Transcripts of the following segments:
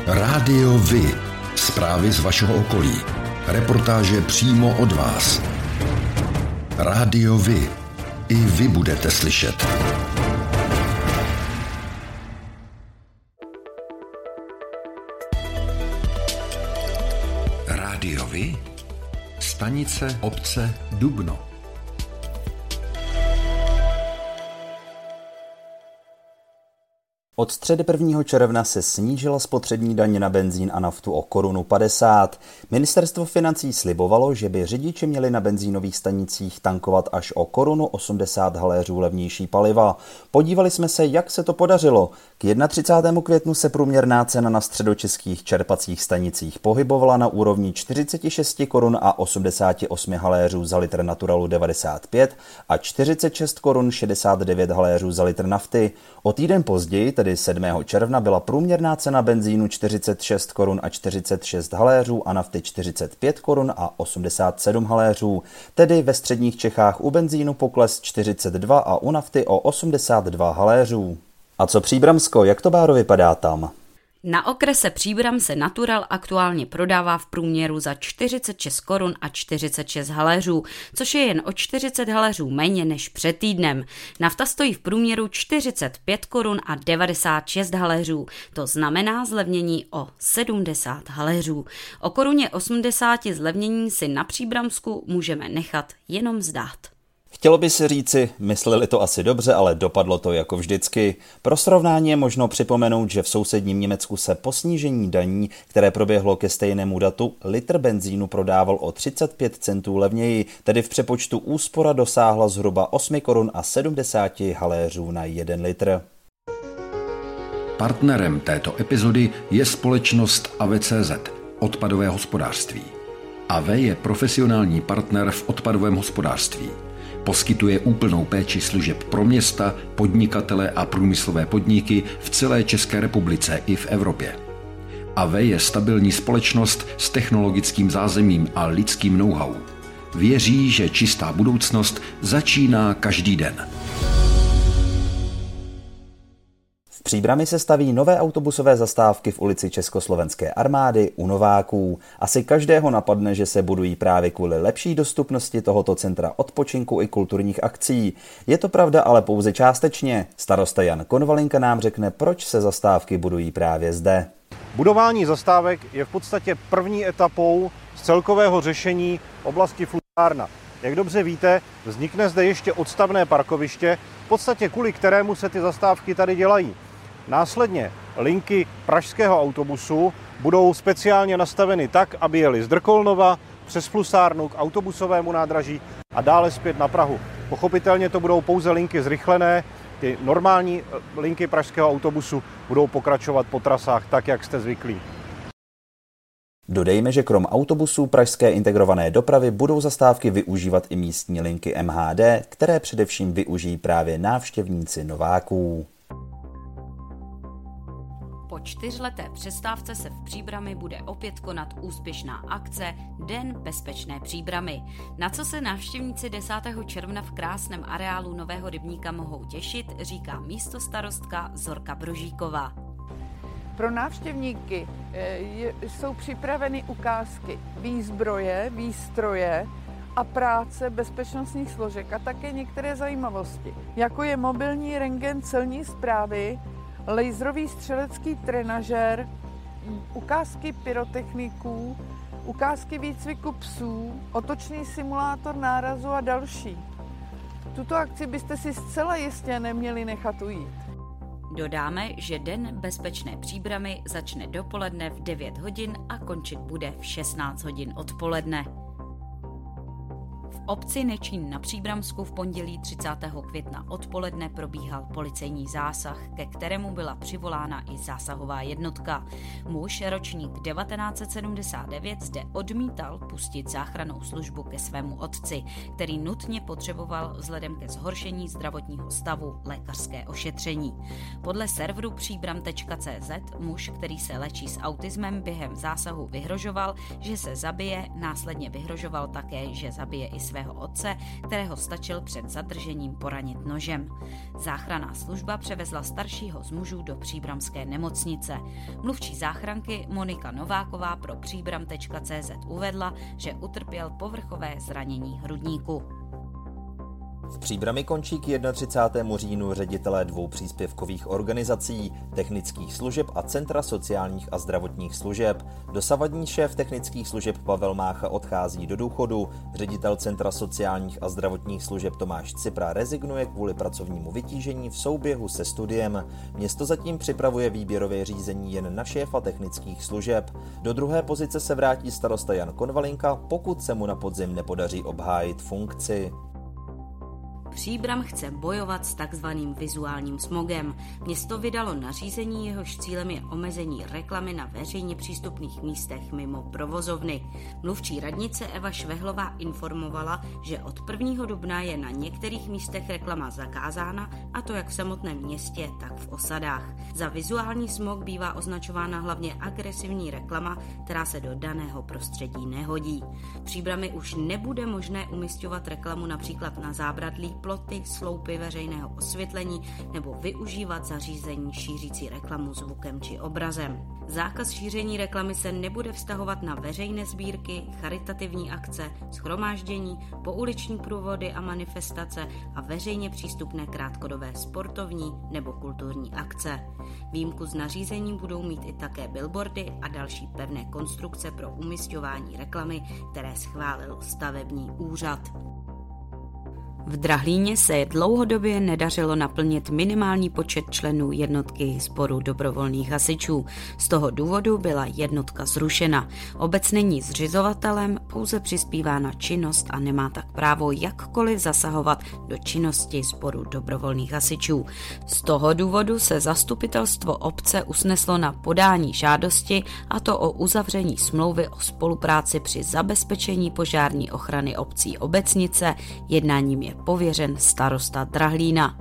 Rádio Vy. Zprávy z vašeho okolí. Reportáže přímo od vás. Rádio Vy. I vy budete slyšet. Rádio Vy. Stanice obce Dubno. Od středy 1. června se snížila spotřební daň na benzín a naftu o 1,50 Kč. Ministerstvo financí slibovalo, že by řidiči měli na benzínových stanicích tankovat až o 1,80 haléřů levnější paliva. Podívali jsme se, jak se to podařilo. K 31. květnu se průměrná cena na středočeských čerpacích stanicích pohybovala na úrovni 46 korun a 88 haléřů za litr Naturalu 95 a 46 korun 69 haléřů za litr nafty. O týden později, tedy 7. června, byla průměrná cena benzínu 46 korun a 46 haléřů a nafty 45 korun a 87 haléřů. Tedy ve středních Čechách u benzínu pokles 42 a u nafty o 82 haléřů. A co Příbramsko, jak to, Báro, vypadá tam? Na okrese Příbram se Natural aktuálně prodává v průměru za 46 korun a 46 haléřů, což je jen o 40 haléřů méně než před týdnem. Nafta stojí v průměru 45 korun a 96 haléřů, to znamená zlevnění o 70 haléřů. O koruně 80 zlevnění si na Příbramsku můžeme nechat jenom zdát. Chtělo by se říci, mysleli to asi dobře, ale dopadlo to jako vždycky. Pro srovnání je možno připomenout, že v sousedním Německu se po snížení daní, které proběhlo ke stejnému datu, litr benzínu prodával o 35 centů levněji, tedy v přepočtu úspora dosáhla zhruba 8 korun a 70 haléřů na 1 litr. Partnerem této epizody je společnost AVCZ, odpadové hospodářství. AV je profesionální partner v odpadovém hospodářství. Poskytuje úplnou péči služeb pro města, podnikatele a průmyslové podniky v celé České republice i v Evropě. AV je stabilní společnost s technologickým zázemím a lidským know-how. Věří, že čistá budoucnost začíná každý den. V Příbrami se staví nové autobusové zastávky v ulici Československé armády u Nováků. Asi každého napadne, že se budují právě kvůli lepší dostupnosti tohoto centra odpočinku i kulturních akcí. Je to pravda, ale pouze částečně. Starosta Jan Konvalinka nám řekne, proč se zastávky budují právě zde. Budování zastávek je v podstatě první etapou z celkového řešení oblasti Fluidárna. Jak dobře víte, vznikne zde ještě odstavné parkoviště, v podstatě kvůli kterému se ty zastávky tady dělají. Následně linky pražského autobusu budou speciálně nastaveny tak, aby jeli z Drkolnova přes Flusárnu k autobusovému nádraží a dále zpět na Prahu. Pochopitelně to budou pouze linky zrychlené, ty normální linky pražského autobusu budou pokračovat po trasách tak, jak jste zvyklí. Dodejme, že krom autobusů pražské integrované dopravy budou zastávky využívat i místní linky MHD, které především využijí právě návštěvníci Nováků. Po 4leté přestávce se v Příbrami bude opět konat úspěšná akce Den bezpečné Příbramy. Na co se návštěvníci 10. června v krásném areálu Nového rybníka mohou těšit, říká místostarostka Zorka Brožíková. Pro návštěvníky jsou připraveny ukázky výzbroje, výstroje a práce bezpečnostních složek a také některé zajímavosti, jako je mobilní rentgen celní správy, laserový střelecký trenažér, ukázky pyrotechniků, ukázky výcviku psů, otočný simulátor nárazu a další. Tuto akci byste si zcela jistě neměli nechat ujít. Dodáme, že Den bezpečné Příbramy začne dopoledne v 9 hodin a končit bude v 16 hodin odpoledne. V obci Nečín na Příbramsku v pondělí 30. května odpoledne probíhal policejní zásah, ke kterému byla přivolána i zásahová jednotka. Muž, ročník 1979, zde odmítal pustit záchrannou službu ke svému otci, který nutně potřeboval vzhledem ke zhoršení zdravotního stavu lékařské ošetření. Podle serveru příbram.cz muž, který se léčí s autismem, během zásahu vyhrožoval, že se zabije, následně vyhrožoval také, že zabije i své svého otce, kterého stačil před zadržením poranit nožem. Záchranná služba převezla staršího z mužů do příbramské nemocnice. Mluvčí záchranky Monika Nováková pro příbram.cz uvedla, že utrpěl povrchové zranění hrudníku. V Příbrami končí k 31. říjnu ředitelé 2 příspěvkových organizací, technických služeb a Centra sociálních a zdravotních služeb. Dosavadní šéf technických služeb Pavel Mácha odchází do důchodu, ředitel Centra sociálních a zdravotních služeb Tomáš Cipra rezignuje kvůli pracovnímu vytížení v souběhu se studiem. Město zatím připravuje výběrové řízení jen na šéfa technických služeb. Do druhé pozice se vrátí starosta Jan Konvalinka, pokud se mu na podzim nepodaří obhájit funkci. Příbram chce bojovat s takzvaným vizuálním smogem. Město vydalo nařízení, jehož cílem je omezení reklamy na veřejně přístupných místech mimo provozovny. Mluvčí radnice Eva Švehlová informovala, že od 1. dubna je na některých místech reklama zakázána, a to jak v samotném městě, tak v osadách. Za vizuální smog bývá označována hlavně agresivní reklama, která se do daného prostředí nehodí. V Příbrami už nebude možné umisťovat reklamu například na zábradlí, ploty, sloupy veřejného osvětlení nebo využívat zařízení šířící reklamu zvukem či obrazem. Zákaz šíření reklamy se nebude vztahovat na veřejné sbírky, charitativní akce, shromáždění, pouliční průvody a manifestace a veřejně přístupné krátkodobé sportovní nebo kulturní akce. Výjimku z nařízení budou mít i také billboardy a další pevné konstrukce pro umisťování reklamy, které schválil stavební úřad. V Drahlíně se dlouhodobě nedařilo naplnit minimální počet členů jednotky sboru dobrovolných hasičů. Z toho důvodu byla jednotka zrušena. Obec není zřizovatelem, pouze přispívá na činnost a nemá tak právo jakkoliv zasahovat do činnosti sboru dobrovolných hasičů. Z toho důvodu se zastupitelstvo obce usneslo na podání žádosti, a to o uzavření smlouvy o spolupráci při zabezpečení požární ochrany obcí Obecnice. Jednáním je pověřen starosta Drahlína.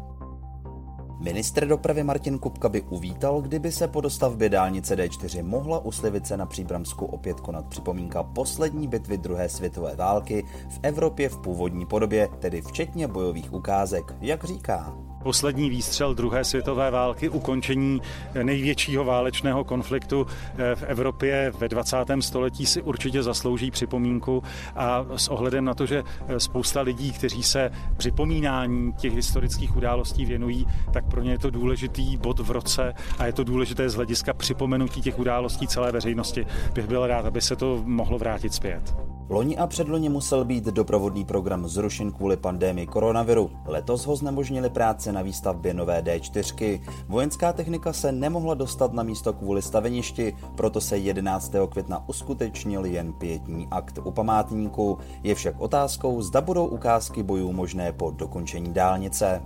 Ministr dopravy Martin Kupka by uvítal, kdyby se po dostavbě dálnice D4 mohla u Slivice na Příbramsku opět konat připomínka poslední bitvy druhé světové války v Evropě v původní podobě, tedy včetně bojových ukázek, jak říká. Poslední výstřel druhé světové války, ukončení největšího válečného konfliktu v Evropě ve 20. století si určitě zaslouží připomínku, a s ohledem na to, že spousta lidí, kteří se připomínání těch historických událostí věnují, tak pro ně je to důležitý bod v roce a je to důležité z hlediska připomenutí těch událostí celé veřejnosti. Bych byl rád, aby se to mohlo vrátit zpět. Loni a předloni musel být doprovodný program zrušen kvůli pandemii koronaviru. Letos ho znemožnili práce na výstavbě nové D4. Vojenská technika se nemohla dostat na místo kvůli staveništi, proto se 11. května uskutečnil jen pietní akt u památníku. Je však otázkou, zda budou ukázky bojů možné po dokončení dálnice.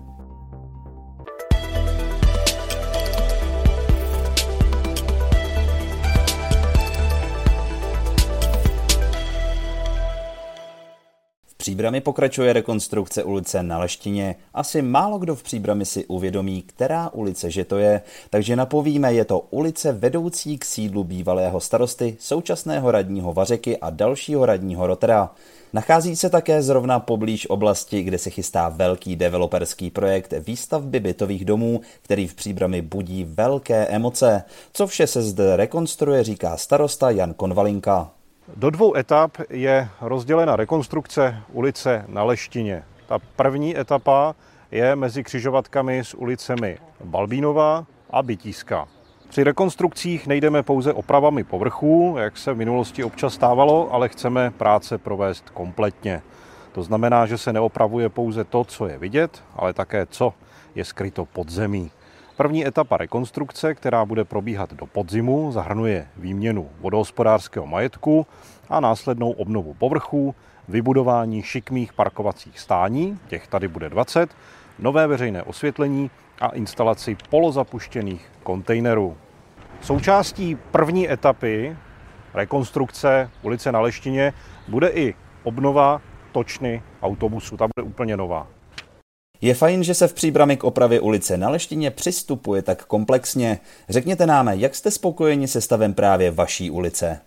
V Příbrami pokračuje rekonstrukce ulice Na Leštině. Asi málo kdo v Příbrami si uvědomí, která ulice že to je, takže napovíme, je to ulice vedoucí k sídlu bývalého starosty, současného radního Vařeky a dalšího radního Rotera. Nachází se také zrovna poblíž oblasti, kde se chystá velký developerský projekt výstavby bytových domů, který v Příbrami budí velké emoce. Co vše se zde rekonstruuje, říká starosta Jan Konvalinka. Do 2 etap je rozdělena rekonstrukce ulice Na Leštině. Ta první etapa je mezi křižovatkami s ulicemi Balbínova a Bytíska. Při rekonstrukcích nejdeme pouze opravami povrchů, jak se v minulosti občas stávalo, ale chceme práce provést kompletně. To znamená, že se neopravuje pouze to, co je vidět, ale také co je skryto pod zemí. První etapa rekonstrukce, která bude probíhat do podzimu, zahrnuje výměnu vodohospodářského majetku a následnou obnovu povrchů, vybudování šikmých parkovacích stání, těch tady bude 20, nové veřejné osvětlení a instalaci polozapuštěných kontejnerů. Součástí první etapy rekonstrukce ulice Na Leštině bude i obnova točny autobusu, ta bude úplně nová. Je fajn, že se v Příbrami k opravě ulice Na Leštině přistupuje tak komplexně. Řekněte nám, jak jste spokojeni se stavem právě vaší ulice?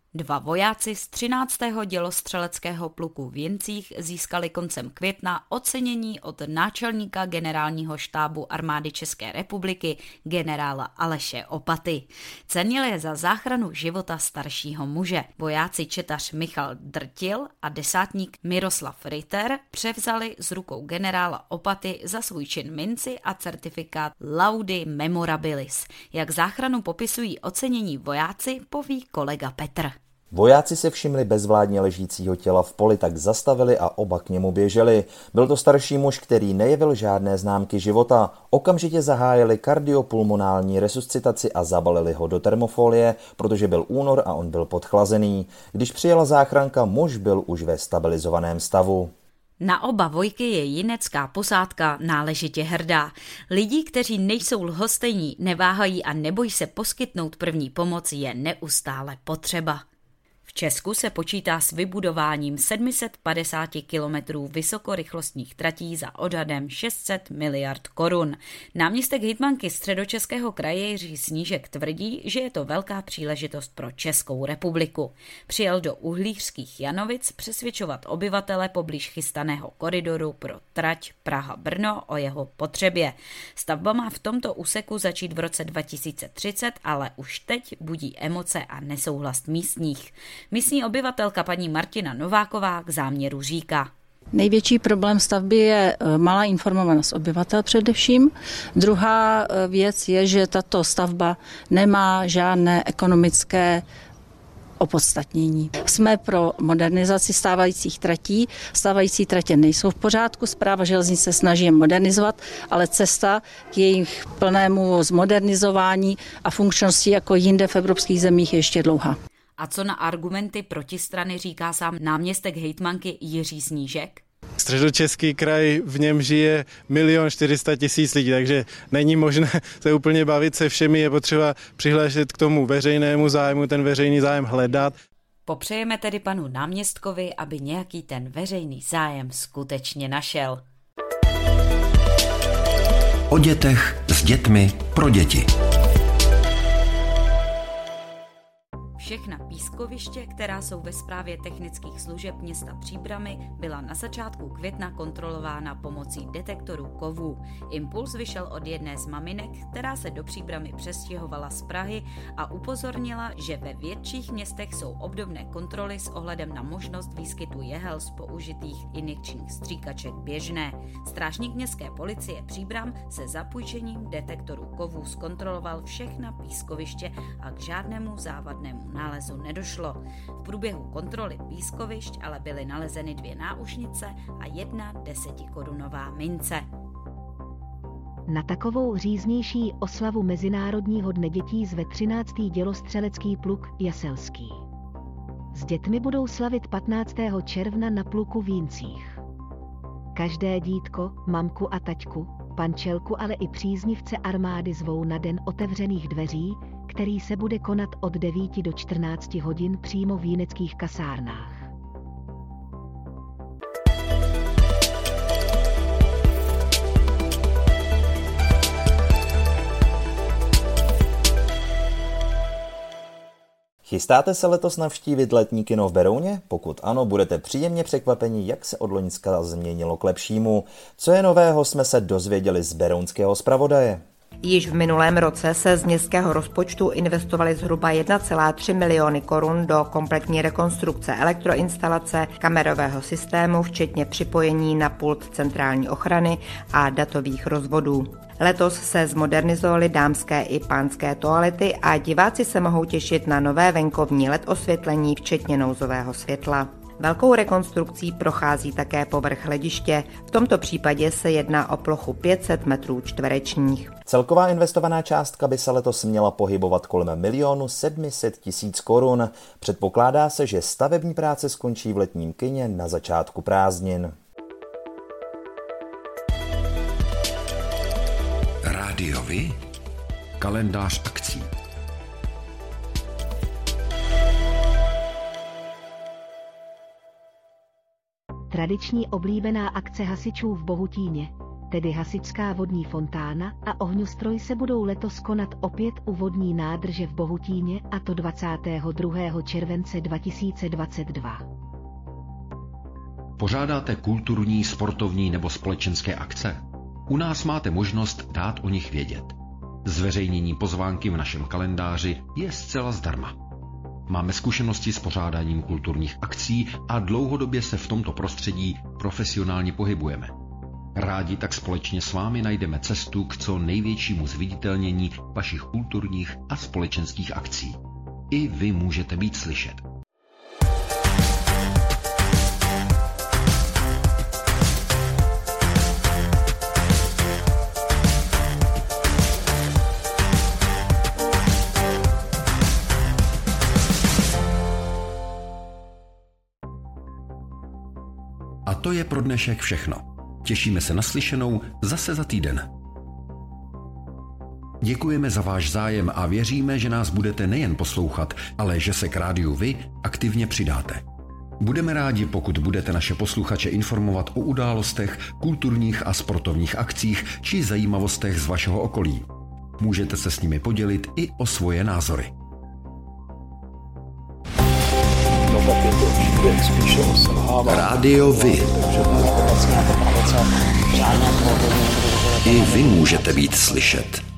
2 vojáci z 13. dělostřeleckého pluku v Jincích získali koncem května ocenění od náčelníka generálního štábu armády České republiky generála Aleše Opaty. Cenil je za záchranu života staršího muže. Vojáci četař Michal Drtil a desátník Miroslav Ritter převzali z rukou generála Opaty za svůj čin minci a certifikát Laudi Memorabilis. Jak záchranu popisují ocenění vojáci, poví kolega Petr. Vojáci se všimli bezvládně ležícího těla v poli, tak zastavili a oba k němu běželi. Byl to starší muž, který nejevil žádné známky života. Okamžitě zahájili kardiopulmonální resuscitaci a zabalili ho do termofolie, protože byl únor a on byl podchlazený. Když přijela záchranka, muž byl už ve stabilizovaném stavu. Na oba vojky je jinecká posádka náležitě hrdá. Lidí, kteří nejsou lhostejní, neváhají a nebojí se poskytnout první pomoc, je neustále potřeba. V Česku se počítá s vybudováním 750 kilometrů vysokorychlostních tratí za odhadem 600 miliard korun. Náměstek hejtmanky Středočeského kraje Jiří Snížek tvrdí, že je to velká příležitost pro Českou republiku. Přijel do uhlířských Janovic přesvědčovat obyvatele poblíž chystaného koridoru pro trať Praha-Brno o jeho potřebě. Stavba má v tomto úseku začít v roce 2030, ale už teď budí emoce a nesouhlas místních. Místní obyvatelka paní Martina Nováková k záměru říká. Největší problém stavby je malá informovanost obyvatel především. Druhá věc je, že tato stavba nemá žádné ekonomické opodstatnění. Jsme pro modernizaci stávajících tratí. Stávající tratě nejsou v pořádku, Správa železnice snaží je modernizovat, ale cesta k jejich plnému zmodernizování a funkčnosti jako jinde v evropských zemích je ještě dlouhá. A co na argumenty protistrany říká sám náměstek hejtmanky Jiří Snížek? Středočeský kraj, v něm žije 1 400 000 lidí, takže není možné se úplně bavit se všemi, je potřeba přihlédnout k tomu veřejnému zájmu, ten veřejný zájem hledat. Popřejeme tedy panu náměstkovi, aby nějaký ten veřejný zájem skutečně našel. O dětech, s dětmi, pro děti. Všechna pískoviště, která jsou ve správě technických služeb města Příbrami, byla na začátku května kontrolována pomocí detektorů kovů. Impuls vyšel od jedné z maminek, která se do Příbrami přestěhovala z Prahy a upozornila, že ve větších městech jsou obdobné kontroly s ohledem na možnost výskytu jehel z použitých injekčních stříkaček běžné. Strážník městské policie Příbram se zapůjčením detektorů kovů zkontroloval všechna pískoviště a k žádnému závadnému nálezu nedošlo. V průběhu kontroly pískovišť ale byly nalezeny 2 náušnice a 1 10korunová mince. Na takovou říznější oslavu Mezinárodního dne dětí zve 13. dělostřelecký pluk Jaselský. S dětmi budou slavit 15. června na pluku v Jincích. Každé dítko, mamku a taťku, pančelku, ale i příznivce armády zvou na den otevřených dveří, který se bude konat od 9 do 14 hodin přímo v jineckých kasárnách. Chystáte se letos navštívit letní kino v Berouně? Pokud ano, budete příjemně překvapeni, jak se od loňska změnilo k lepšímu. Co je nového, jsme se dozvěděli z berounského zpravodaje. Již v minulém roce se z městského rozpočtu investovaly zhruba 1,3 miliony korun do kompletní rekonstrukce elektroinstalace, kamerového systému, včetně připojení na pult centrální ochrany a datových rozvodů. Letos se zmodernizovaly dámské i pánské toalety a diváci se mohou těšit na nové venkovní LED osvětlení, včetně nouzového světla. Velkou rekonstrukcí prochází také povrch hlediště. V tomto případě se jedná o plochu 500 metrů čtverečních. Celková investovaná částka by se letos měla pohybovat kolem 1 700 000 korun. Předpokládá se, že stavební práce skončí v letním kině na začátku prázdnin. Rádiovi? Kalendář akcí. Tradiční oblíbená akce hasičů v Bohutíně. tedy hasičská vodní fontána a ohňostroj se budou letos konat opět u vodní nádrže v Bohutíně, a to 22. července 2022. Pořádáte kulturní, sportovní nebo společenské akce? U nás máte možnost dát o nich vědět. Zveřejnění pozvánky v našem kalendáři je zcela zdarma. Máme zkušenosti s pořádáním kulturních akcí a dlouhodobě se v tomto prostředí profesionálně pohybujeme. Rádi tak společně s vámi najdeme cestu k co největšímu zviditelnění vašich kulturních a společenských akcí. I vy můžete být slyšet. A to je pro dnešek všechno. Těšíme se na slyšenou zase za týden. Děkujeme za váš zájem a věříme, že nás budete nejen poslouchat, ale že se k rádiu Vy aktivně přidáte. Budeme rádi, pokud budete naše posluchače informovat o událostech, kulturních a sportovních akcích či zajímavostech z vašeho okolí. Můžete se s nimi podělit i o svoje názory. Rádio Vy. I vy můžete být slyšet.